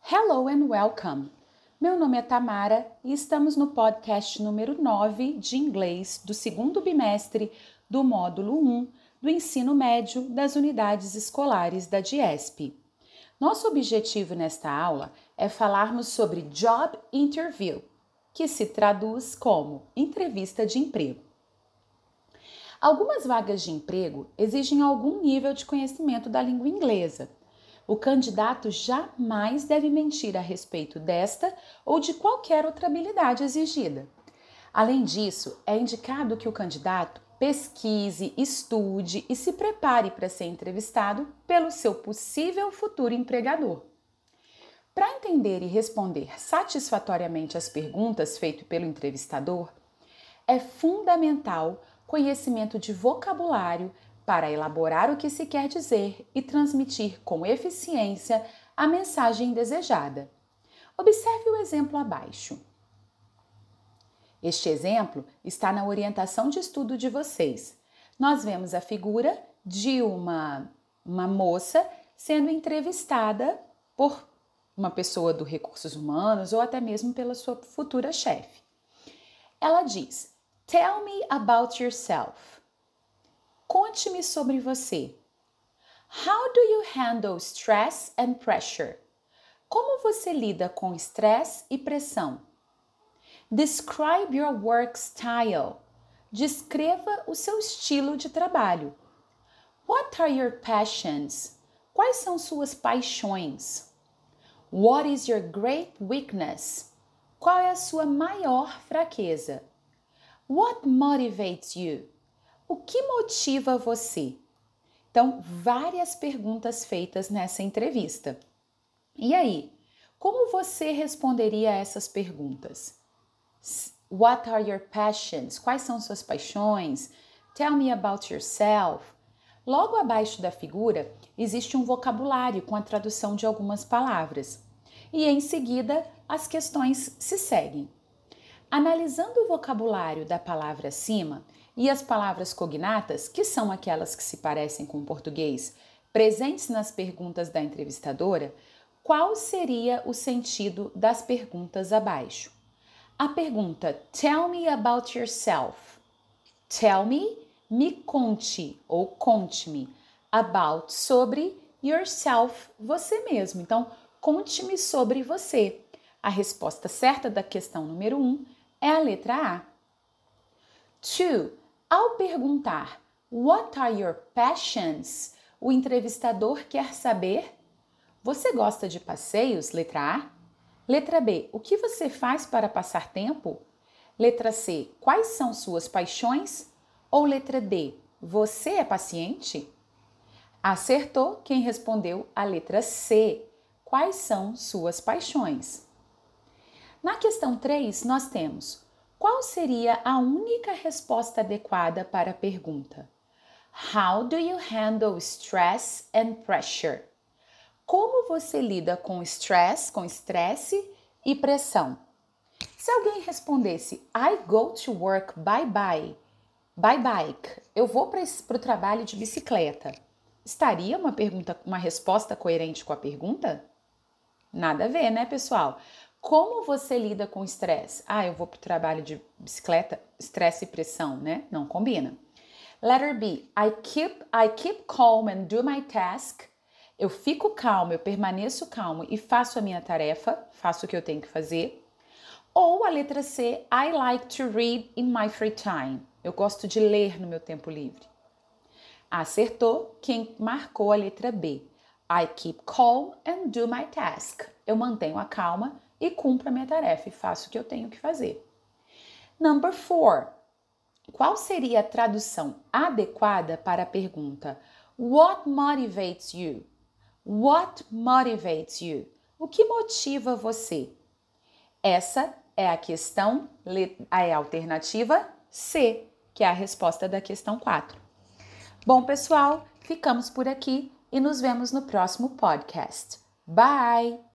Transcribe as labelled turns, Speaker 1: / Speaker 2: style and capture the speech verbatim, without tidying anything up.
Speaker 1: Hello and welcome! Meu nome é Tamara e estamos no podcast número nove de inglês do segundo bimestre do módulo um do ensino médio das unidades escolares da DIESP. Nosso objetivo nesta aula é falarmos sobre Job Interview, que se traduz como entrevista de emprego. Algumas vagas de emprego exigem algum nível de conhecimento da língua inglesa. O candidato jamais deve mentir a respeito desta ou de qualquer outra habilidade exigida. Além disso, é indicado que o candidato pesquise, estude e se prepare para ser entrevistado pelo seu possível futuro empregador. Para entender e responder satisfatoriamente às perguntas feitas pelo entrevistador, é fundamental conhecimento de vocabulário para elaborar o que se quer dizer e transmitir com eficiência a mensagem desejada. Observe o exemplo abaixo. Este exemplo está na orientação de estudo de vocês. Nós vemos a figura de uma, uma moça sendo entrevistada por uma pessoa do recursos humanos ou até mesmo pela sua futura chefe. Ela diz: "Tell me about yourself." Conte-me sobre você. How do you handle stress and pressure? Como você lida com estresse e pressão? Describe your work style. Descreva o seu estilo de trabalho. What are your passions? Quais são suas paixões? What is your great weakness? Qual é a sua maior fraqueza? What motivates you? O que motiva você? Então, várias perguntas feitas nessa entrevista. E aí, como você responderia a essas perguntas? What are your passions? Quais são suas paixões? Tell me about yourself. Logo abaixo da figura, existe um vocabulário com a tradução de algumas palavras. E em seguida, as questões se seguem. Analisando o vocabulário da palavra acima e as palavras cognatas, que são aquelas que se parecem com o português, presentes nas perguntas da entrevistadora, qual seria o sentido das perguntas abaixo? A pergunta "Tell me about yourself". Tell me, me conte ou conte-me. About, sobre, yourself, você mesmo. Então, conte-me sobre você. A resposta certa da questão número um é a letra A. dois. Ao perguntar "What are your passions?", o entrevistador quer saber: você gosta de passeios? Letra A. Letra B. O que você faz para passar tempo? Letra C. Quais são suas paixões? Ou letra D. Você é paciente? Acertou quem respondeu a letra C. Quais são suas paixões? Na questão três, nós temos: qual seria a única resposta adequada para a pergunta? How do you handle stress and pressure? Como você lida com stress, com estresse e pressão? Se alguém respondesse I go to work by bye, by bike, eu vou para o trabalho de bicicleta, estaria uma pergunta, uma resposta coerente com a pergunta? Nada a ver, né, pessoal? Como você lida com estresse? Ah, eu vou para o trabalho de bicicleta, estresse e pressão, né? Não combina. Letter B. I keep, I keep calm and do my task. Eu fico calmo, eu permaneço calmo e faço a minha tarefa, faço o que eu tenho que fazer. Ou a letra C. I like to read in my free time. Eu gosto de ler no meu tempo livre. Acertou quem marcou a letra B. I keep calm and do my task. Eu mantenho a calma e cumpro a minha tarefa e faço o que eu tenho que fazer. Number four. Qual seria a tradução adequada para a pergunta What motivates you? What motivates you? O que motiva você? Essa é a questão, é a alternativa C, que é a resposta da questão quatro. Bom, pessoal, ficamos por aqui e nos vemos no próximo podcast. Bye!